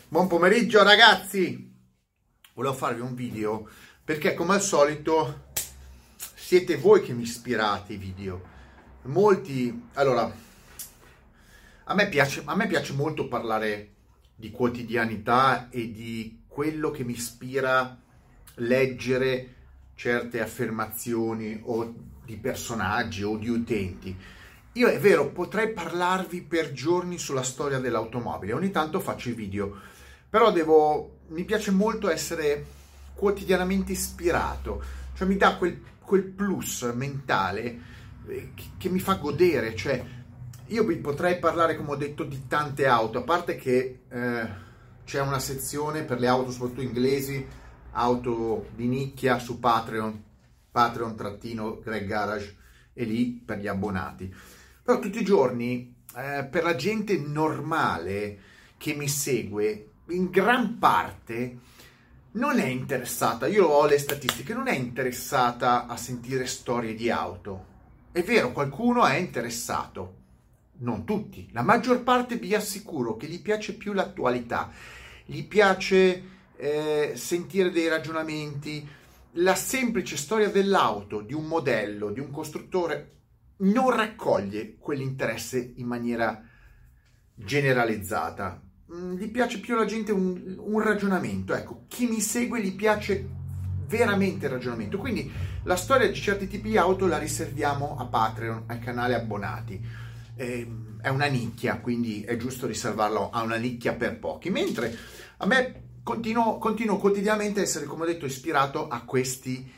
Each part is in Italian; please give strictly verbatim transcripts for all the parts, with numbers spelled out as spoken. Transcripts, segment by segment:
Buon pomeriggio ragazzi, volevo farvi un video perché come al solito siete voi che mi ispirate i video. Molti, allora, a me piace, a me piace molto parlare di quotidianità e di quello che mi ispira leggere certe affermazioni o di personaggi o di utenti. Io è vero, potrei parlarvi per giorni sulla storia dell'automobile, ogni tanto faccio i video, però devo, mi piace molto essere quotidianamente ispirato, cioè mi dà quel, quel plus mentale che, che mi fa godere, cioè io vi potrei parlare, come ho detto, di tante auto, a parte che eh, c'è una sezione per le auto, soprattutto inglesi, auto di nicchia su Patreon, Patreon-Greg Garage, e lì per gli abbonati. Però tutti i giorni, eh, per la gente normale che mi segue, in gran parte non è interessata, io ho le statistiche, non è interessata a sentire storie di auto. È vero, qualcuno è interessato, non tutti, la maggior parte vi assicuro che gli piace più l'attualità, gli piace eh, sentire dei ragionamenti, la semplice storia dell'auto, di un modello, di un costruttore, non raccoglie quell'interesse in maniera generalizzata. Gli piace più alla gente un, un ragionamento. Ecco, chi mi segue gli piace veramente il ragionamento. Quindi la storia di certi tipi di auto la riserviamo a Patreon, al canale abbonati. Eh, è una nicchia, quindi è giusto riservarlo a una nicchia per pochi. Mentre a me continuo, continuo quotidianamente a essere, come ho detto, ispirato a questi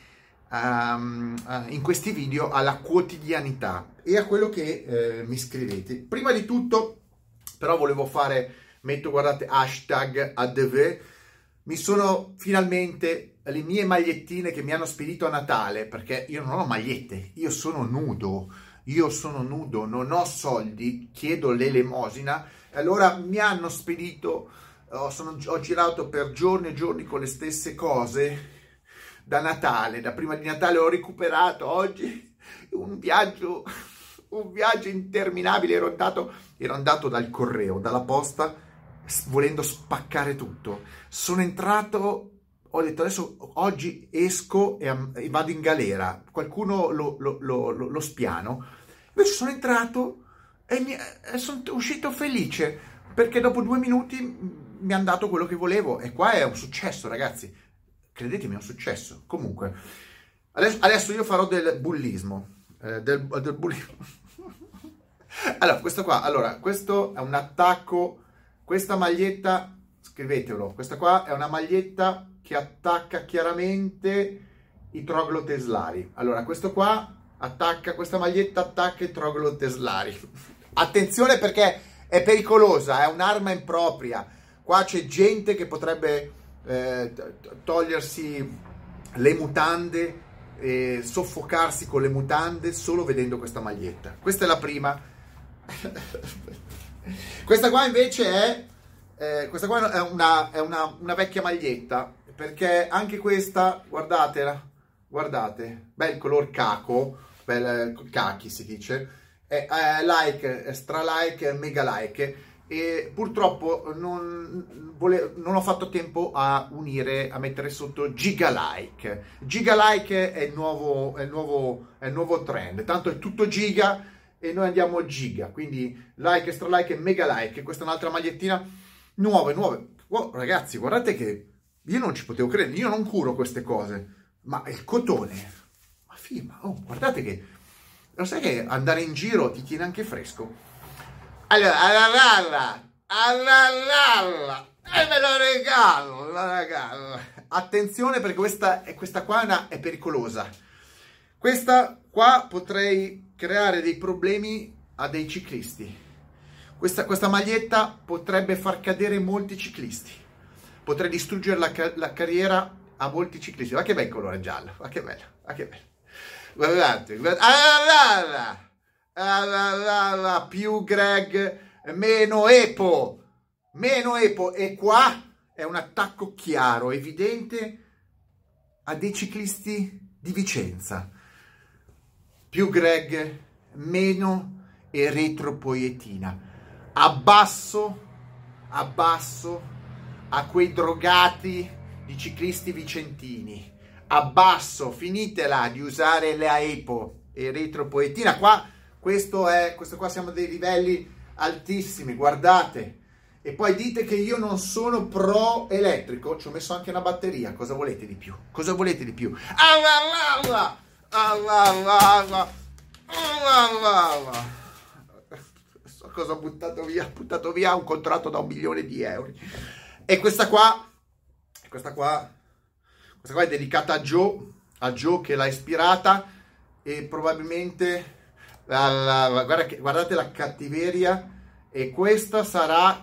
Um, uh, in questi video alla quotidianità e a quello che eh, mi scrivete. Prima di tutto però volevo fare, metto, guardate, hashtag adv, mi sono finalmente le mie magliettine che mi hanno spedito a Natale, perché io non ho magliette, io sono nudo, io sono nudo, non ho soldi, chiedo l'elemosina, e allora mi hanno spedito, oh, sono, ho girato per giorni e giorni con le stesse cose da Natale, da prima di Natale ho recuperato oggi un viaggio, un viaggio interminabile, ero andato, ero andato dal correo, dalla posta, volendo spaccare tutto. Sono entrato, ho detto adesso oggi esco e, e vado in galera, qualcuno lo, lo, lo, lo, lo spiano. Invece sono entrato e, mi, e sono uscito felice, perché dopo due minuti mi hanno dato quello che volevo, e qua è un successo, ragazzi. Credetemi, è un successo. Comunque, adesso, adesso io farò del bullismo. Eh, del, del bullismo. Allora, questo qua, allora, questo è un attacco. Questa maglietta, scrivetelo, questa qua è una maglietta che attacca chiaramente i trogloteslari. Allora, questo qua attacca, questa maglietta attacca i trogloteslari. Attenzione, perché è pericolosa, è un'arma impropria. Qua c'è gente che potrebbe Eh, togliersi le mutande e soffocarsi con le mutande solo vedendo questa maglietta. Questa è la prima. Questa qua invece è eh, questa qua è, una, è una, una vecchia maglietta, perché anche questa, guardatela, guardate, bel color caco, bel cachi si dice, è, è like, è stra like, mega like, e purtroppo non, vole, non ho fatto tempo a unire, a mettere sotto giga like. Giga like è il nuovo, è il nuovo, è il nuovo trend, tanto è tutto giga e noi andiamo giga, quindi like, extra like e mega like. Questa è un'altra magliettina, nuove, nuove. Oh, ragazzi, guardate che io non ci potevo credere, io non curo queste cose, ma il cotone, ma firma, oh, guardate che, lo sai che andare in giro ti tiene anche fresco. Allora, alla alla e me lo regalo, la regalo. Attenzione, perché questa, questa qua è, una, è pericolosa. Questa qua potrei creare dei problemi a dei ciclisti. Questa, questa maglietta potrebbe far cadere molti ciclisti. Potrei distruggere la, la carriera a molti ciclisti. Ma che bel colore giallo, ma che bello, ma che bello. Guardate, guardate. Alla, Ah, la, la, la, più Greg, meno Epo, meno Epo, e qua è un attacco chiaro, evidente a dei ciclisti di Vicenza. Più Greg, meno eretropoietina. Abbasso, abbasso a quei drogati di ciclisti vicentini, abbasso, finitela di usare la EPO, eritropoetina. Qua, questo è, questo qua siamo a dei livelli altissimi, guardate. E poi dite che io non sono pro elettrico, ci ho messo anche una batteria, cosa volete di più? Cosa volete di più? Ah, la, la, la, la, la, la, la, la, la. So cosa ho buttato via? Ho buttato via un contratto da un milione di euro. E questa qua, questa qua, questa qua è dedicata a Joe, a Joe che l'ha ispirata, e probabilmente, la, la, la, guarda, guardate la cattiveria, e questa sarà...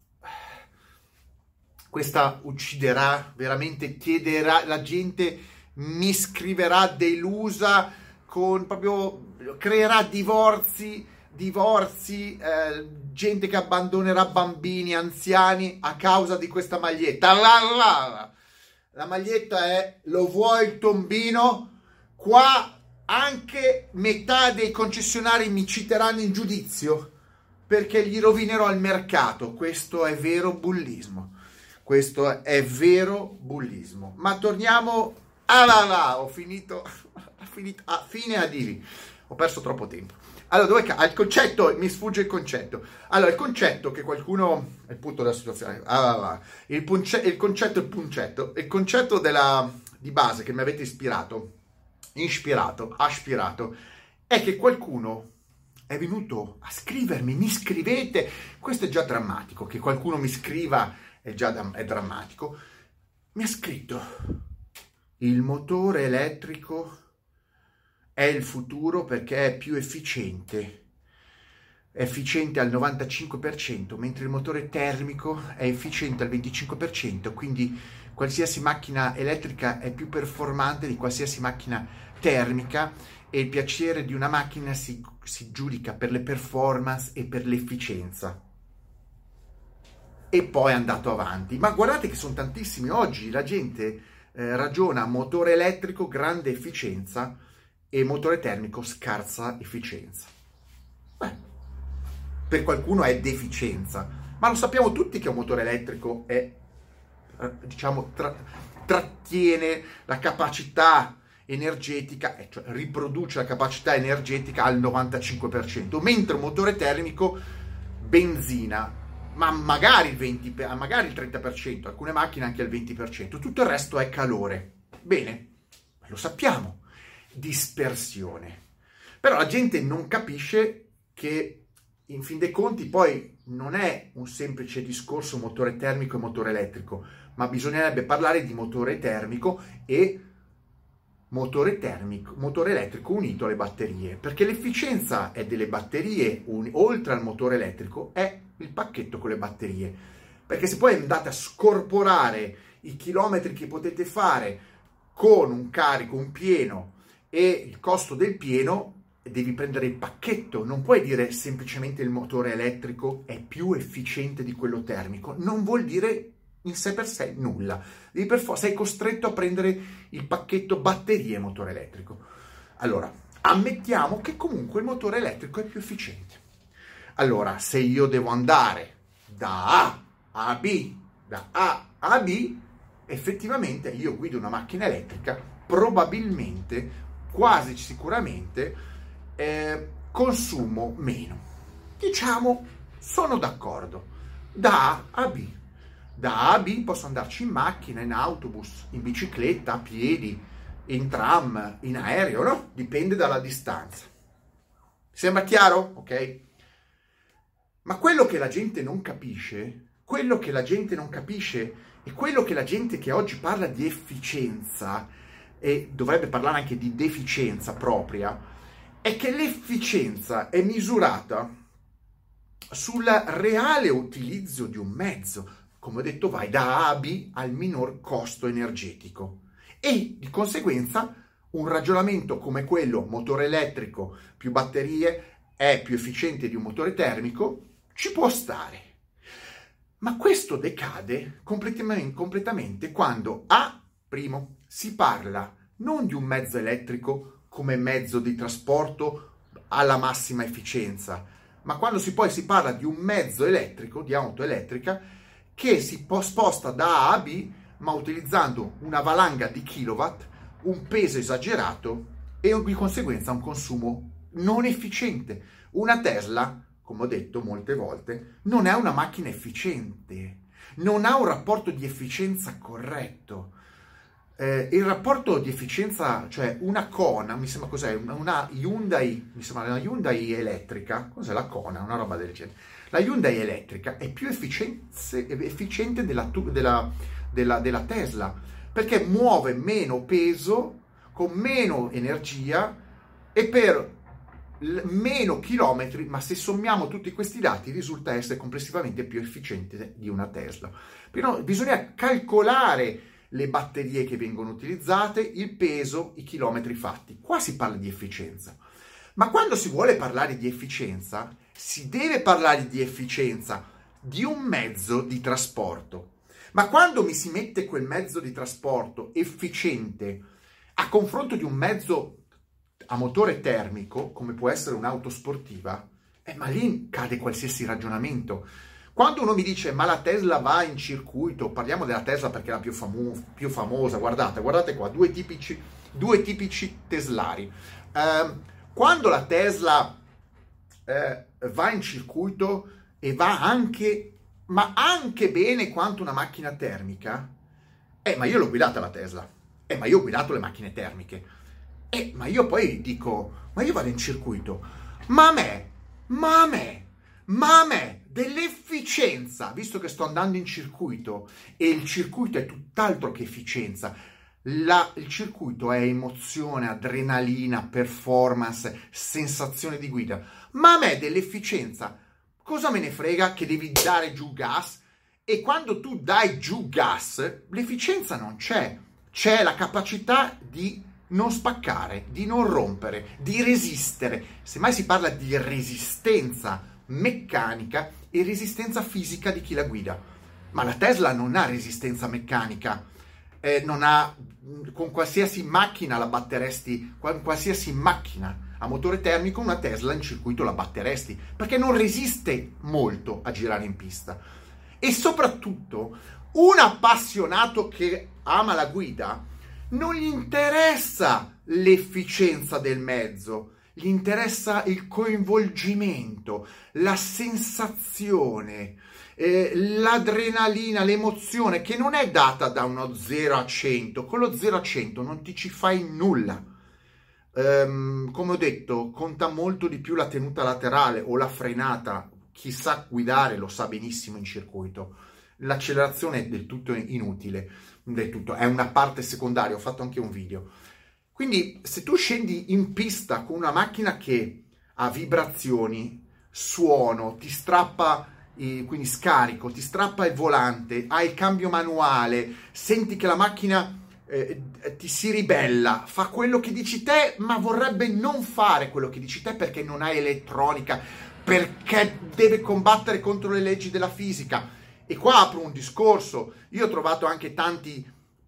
Questa ucciderà, veramente chiederà, la gente mi scriverà delusa, con proprio, creerà divorzi, divorzi, eh, gente che abbandonerà bambini, anziani a causa di questa maglietta. La, la, la. la maglietta è: lo vuoi il tombino? Qua anche metà dei concessionari mi citeranno in giudizio perché gli rovinerò il mercato. Questo è vero bullismo. Questo è vero bullismo. Ma torniamo a là là, ho finito, ho finito a fine a Divi. Ho perso troppo tempo. Allora, dove ca- il concetto, mi sfugge il concetto. Allora, il concetto che qualcuno, è il punto della situazione. Ah, là, il, punce, il concetto, il puncetto, il concetto della, di base che mi avete ispirato, ispirato, aspirato, è che qualcuno è venuto a scrivermi, mi scrivete, questo è già drammatico, che qualcuno mi scriva è già è drammatico, mi ha scritto: il motore elettrico è il futuro perché è più efficiente, è efficiente al novantacinque per cento, mentre il motore termico è efficiente al venticinque per cento, quindi qualsiasi macchina elettrica è più performante di qualsiasi macchina termica, e il piacere di una macchina si, si giudica per le performance e per l'efficienza. E poi è andato avanti. Ma guardate che sono tantissimi. Oggi la gente eh, ragiona motore elettrico, grande efficienza, e motore termico, scarsa efficienza. Beh, per qualcuno è deficienza, ma lo sappiamo tutti che un motore elettrico è, eh, diciamo, tra- trattiene la capacità energetica, eh, cioè riproduce la capacità energetica al novantacinque per cento, mentre un motore termico, benzina, ma magari il venti per cento, magari il trenta per cento, alcune macchine anche il venti per cento, tutto il resto è calore. Bene, lo sappiamo, dispersione. Però la gente non capisce che in fin dei conti poi non è un semplice discorso motore termico e motore elettrico, ma bisognerebbe parlare di motore termico e motore termico, motore elettrico unito alle batterie, perché l'efficienza è delle batterie, un, oltre al motore elettrico, è il pacchetto con le batterie. Perché se poi andate a scorporare i chilometri che potete fare con un carico, un pieno, e il costo del pieno, devi prendere il pacchetto. Non puoi dire semplicemente il motore elettrico è più efficiente di quello termico. Non vuol dire in sé per sé nulla. Devi per forza, sei costretto a prendere il pacchetto batterie e motore elettrico. Allora, ammettiamo che comunque il motore elettrico è più efficiente. Allora, se io devo andare da A a B, da A a B, effettivamente io guido una macchina elettrica, probabilmente, quasi sicuramente, eh, consumo meno. Diciamo, sono d'accordo. Da A a B. Da A a B posso andarci in macchina, in autobus, in bicicletta, a piedi, in tram, in aereo, no? Dipende dalla distanza. Sembra chiaro? Ok? Ma quello che la gente non capisce, quello che la gente non capisce e quello che la gente che oggi parla di efficienza, e dovrebbe parlare anche di deficienza propria, è che l'efficienza è misurata sul reale utilizzo di un mezzo. Come ho detto, vai da A a B al minor costo energetico. E di conseguenza un ragionamento come quello motore elettrico più batterie è più efficiente di un motore termico ci può stare. Ma questo decade completamente, completamente quando A, primo, si parla non di un mezzo elettrico come mezzo di trasporto alla massima efficienza, ma quando si poi si parla di un mezzo elettrico, di auto elettrica, che si sposta da A a B, ma utilizzando una valanga di kilowatt, un peso esagerato e di conseguenza un consumo non efficiente. Una Tesla, come ho detto molte volte, non è una macchina efficiente, non ha un rapporto di efficienza corretto. Eh, il rapporto di efficienza, cioè una Kona, mi sembra cos'è, una, una Hyundai, mi sembra una Hyundai elettrica, cos'è la Kona, una roba del genere. La Hyundai elettrica è più efficiente della, della, della, della Tesla, perché muove meno peso, con meno energia e per meno chilometri, ma se sommiamo tutti questi dati risulta essere complessivamente più efficiente di una Tesla. Però bisogna calcolare le batterie che vengono utilizzate, il peso, i chilometri fatti. Qua si parla di efficienza. Ma quando si vuole parlare di efficienza, si deve parlare di efficienza di un mezzo di trasporto. Ma quando mi si mette quel mezzo di trasporto efficiente a confronto di un mezzo a motore termico, come può essere un'auto sportiva, eh, ma lì cade qualsiasi ragionamento. Quando uno mi dice ma la Tesla va in circuito, parliamo della Tesla perché è la più, famo- più famosa, guardate, guardate qua, due tipici, due tipici teslari. Eh, quando la Tesla eh, va in circuito e va anche, ma anche bene quanto una macchina termica, eh ma io l'ho guidata la Tesla, eh ma io ho guidato le macchine termiche. Eh, ma io poi dico, ma io vado in circuito, ma a me, ma a me, ma a me dell'efficienza, visto che sto andando in circuito e il circuito è tutt'altro che efficienza, la, il circuito è emozione, adrenalina, performance, sensazione di guida, ma a me dell'efficienza, cosa me ne frega che devi dare giù gas? E quando tu dai giù gas, l'efficienza non c'è, c'è la capacità di non spaccare, di non rompere, di resistere. Semmai si parla di resistenza meccanica e resistenza fisica di chi la guida. Ma la Tesla non ha resistenza meccanica, eh, non ha, con qualsiasi macchina la batteresti, con qualsiasi macchina a motore termico una Tesla in circuito la batteresti, perché non resiste molto a girare in pista. E soprattutto un appassionato che ama la guida non gli interessa l'efficienza del mezzo, gli interessa il coinvolgimento, la sensazione, eh, l'adrenalina, l'emozione che non è data da uno zero a cento. Con lo zero a cento non ti ci fai nulla. Um, come ho detto, conta molto di più la tenuta laterale o la frenata. Chi sa guidare lo sa benissimo in circuito. L'accelerazione è del tutto inutile, del tutto, è una parte secondaria, ho fatto anche un video. Quindi se tu scendi in pista con una macchina che ha vibrazioni, suono, ti strappa, eh, quindi scarico, ti strappa il volante, hai il cambio manuale, senti che la macchina eh, ti si ribella, fa quello che dici te, ma vorrebbe non fare quello che dici te perché non hai elettronica, perché deve combattere contro le leggi della fisica. E qua apro un discorso, io ho trovato anche tanti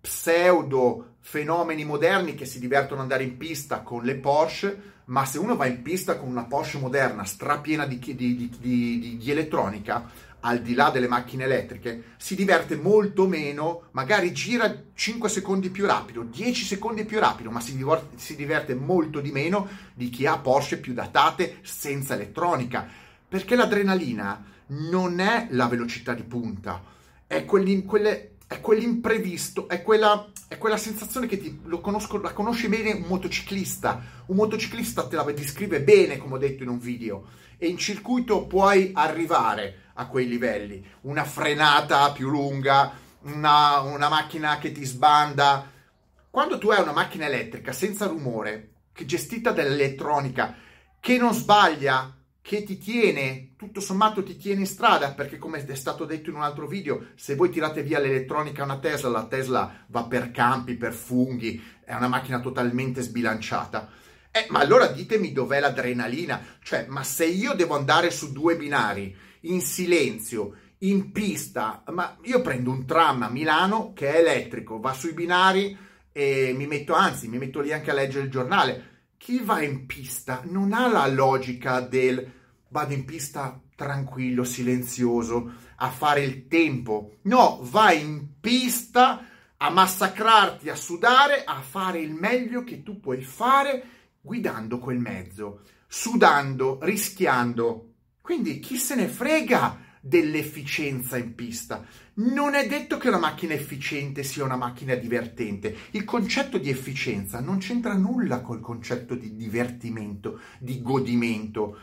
pseudo fenomeni moderni che si divertono ad andare in pista con le Porsche, ma se uno va in pista con una Porsche moderna strapiena di, di, di, di, di elettronica, al di là delle macchine elettriche, si diverte molto meno, magari gira cinque secondi più rapido, dieci secondi più rapido, ma si diverte, si diverte molto di meno di chi ha Porsche più datate senza elettronica, perché l'adrenalina non è la velocità di punta, è, quelle, è quell'imprevisto, è quella, è quella sensazione che ti, lo conosco, la conosci bene un motociclista. Un motociclista te la descrive bene, come ho detto in un video, e in circuito puoi arrivare a quei livelli. Una frenata più lunga, una, una macchina che ti sbanda. Quando tu hai una macchina elettrica senza rumore, che gestita dall'elettronica, che non sbaglia, che ti tiene, tutto sommato ti tiene in strada, perché come è stato detto in un altro video, se voi tirate via l'elettronica a una Tesla, la Tesla va per campi, per funghi, è una macchina totalmente sbilanciata. Eh, ma allora ditemi dov'è l'adrenalina, cioè, ma se io devo andare su due binari, in silenzio, in pista, ma io prendo un tram a Milano che è elettrico, va sui binari e mi metto, anzi, mi metto lì anche a leggere il giornale. Chi va in pista non ha la logica del vado in pista tranquillo, silenzioso, a fare il tempo. No, vai in pista a massacrarti, a sudare, a fare il meglio che tu puoi fare guidando quel mezzo, sudando, rischiando. Quindi chi se ne frega dell'efficienza in pista? Non è detto che una macchina efficiente sia una macchina divertente. Il concetto di efficienza non c'entra nulla col concetto di divertimento, di godimento.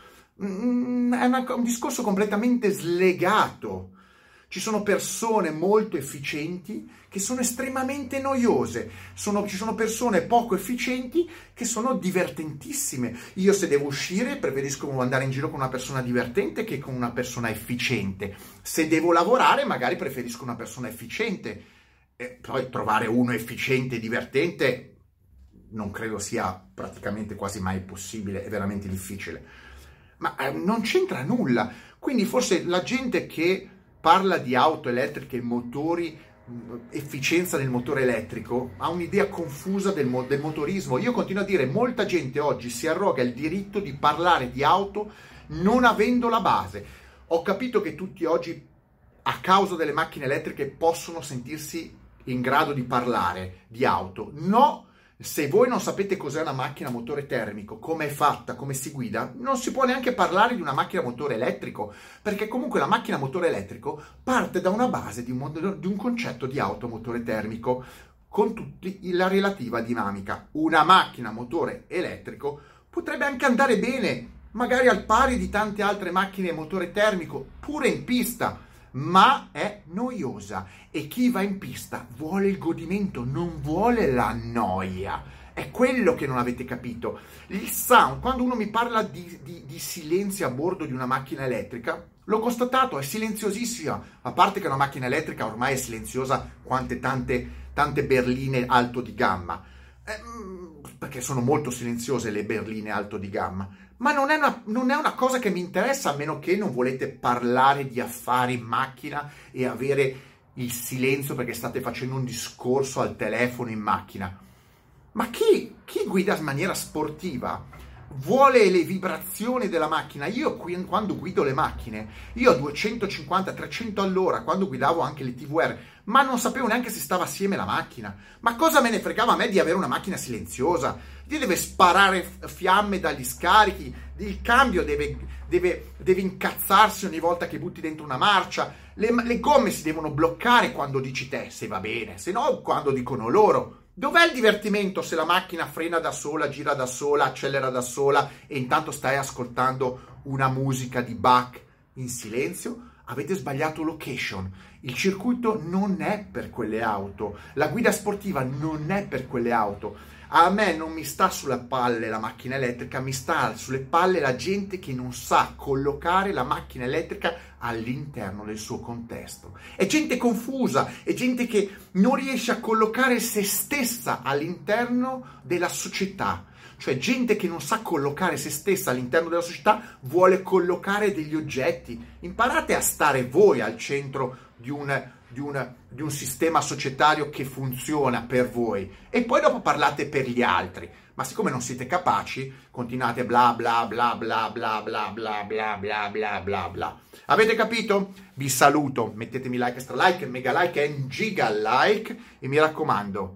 Mm, è una, un discorso completamente slegato. Ci sono persone molto efficienti che sono estremamente noiose, sono, ci sono persone poco efficienti che sono divertentissime. Io se devo uscire preferisco andare in giro con una persona divertente che con una persona efficiente. Se devo lavorare magari preferisco una persona efficiente. E poi trovare uno efficiente e divertente non credo sia praticamente quasi mai possibile, è veramente difficile. Ma eh, non c'entra nulla. Quindi forse la gente che parla di auto elettriche, motori, efficienza del motore elettrico, ha un'idea confusa del, mo- del motorismo. Io continuo a dire, molta gente oggi si arroga il diritto di parlare di auto non avendo la base. Ho capito che tutti oggi, a causa delle macchine elettriche, possono sentirsi in grado di parlare di auto. No! Se voi non sapete cos'è una macchina a motore termico, come è fatta, come si guida, non si può neanche parlare di una macchina a motore elettrico, perché comunque la macchina a motore elettrico parte da una base di un, modello, di un concetto di auto a motore termico, con tutta la relativa dinamica. Una macchina a motore elettrico potrebbe anche andare bene, magari al pari di tante altre macchine a motore termico, pure in pista, ma è noiosa, e chi va in pista vuole il godimento, non vuole la noia. È quello che non avete capito. Il sound, quando uno mi parla di, di, di silenzio a bordo di una macchina elettrica, l'ho constatato, è silenziosissima, a parte che una macchina elettrica ormai è silenziosa quante tante, tante berline alto di gamma, eh, perché sono molto silenziose le berline alto di gamma. Ma non è, una, non è una cosa che mi interessa, a meno che non volete parlare di affari in macchina e avere il silenzio perché state facendo un discorso al telefono in macchina. Ma chi, chi guida in maniera sportiva vuole le vibrazioni della macchina? Io qui, quando guido le macchine, io a duecentocinquanta trecento all'ora, quando guidavo anche le T V R, ma non sapevo neanche se stava assieme la macchina. Ma cosa me ne fregava a me di avere una macchina silenziosa? Ti deve sparare fiamme dagli scarichi, il cambio deve, deve, deve incazzarsi ogni volta che butti dentro una marcia, le, le gomme si devono bloccare quando dici te, se va bene, se no quando dicono loro. Dov'è il divertimento se la macchina frena da sola, gira da sola, accelera da sola e intanto stai ascoltando una musica di Bach in silenzio? Avete sbagliato location. Il circuito non è per quelle auto. La guida sportiva non è per quelle auto. A me non mi sta sulle palle la macchina elettrica, mi sta sulle palle la gente che non sa collocare la macchina elettrica all'interno del suo contesto. È gente confusa, è gente che non riesce a collocare se stessa all'interno della società. Cioè gente che non sa collocare se stessa all'interno della società vuole collocare degli oggetti. Imparate a stare voi al centro di un, di un, di un sistema societario che funziona per voi e poi dopo parlate per gli altri. Ma siccome non siete capaci, continuate bla bla bla bla bla bla bla bla bla bla bla bla. Avete capito? Vi saluto, mettetemi like, extra like, mega like e giga like e mi raccomando,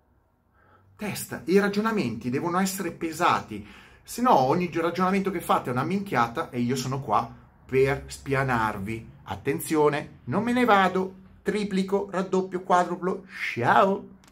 testa, i ragionamenti devono essere pesati, se no ogni ragionamento che fate è una minchiata e io sono qua per spianarvi. Attenzione, non me ne vado, triplico, raddoppio, quadruplo, ciao!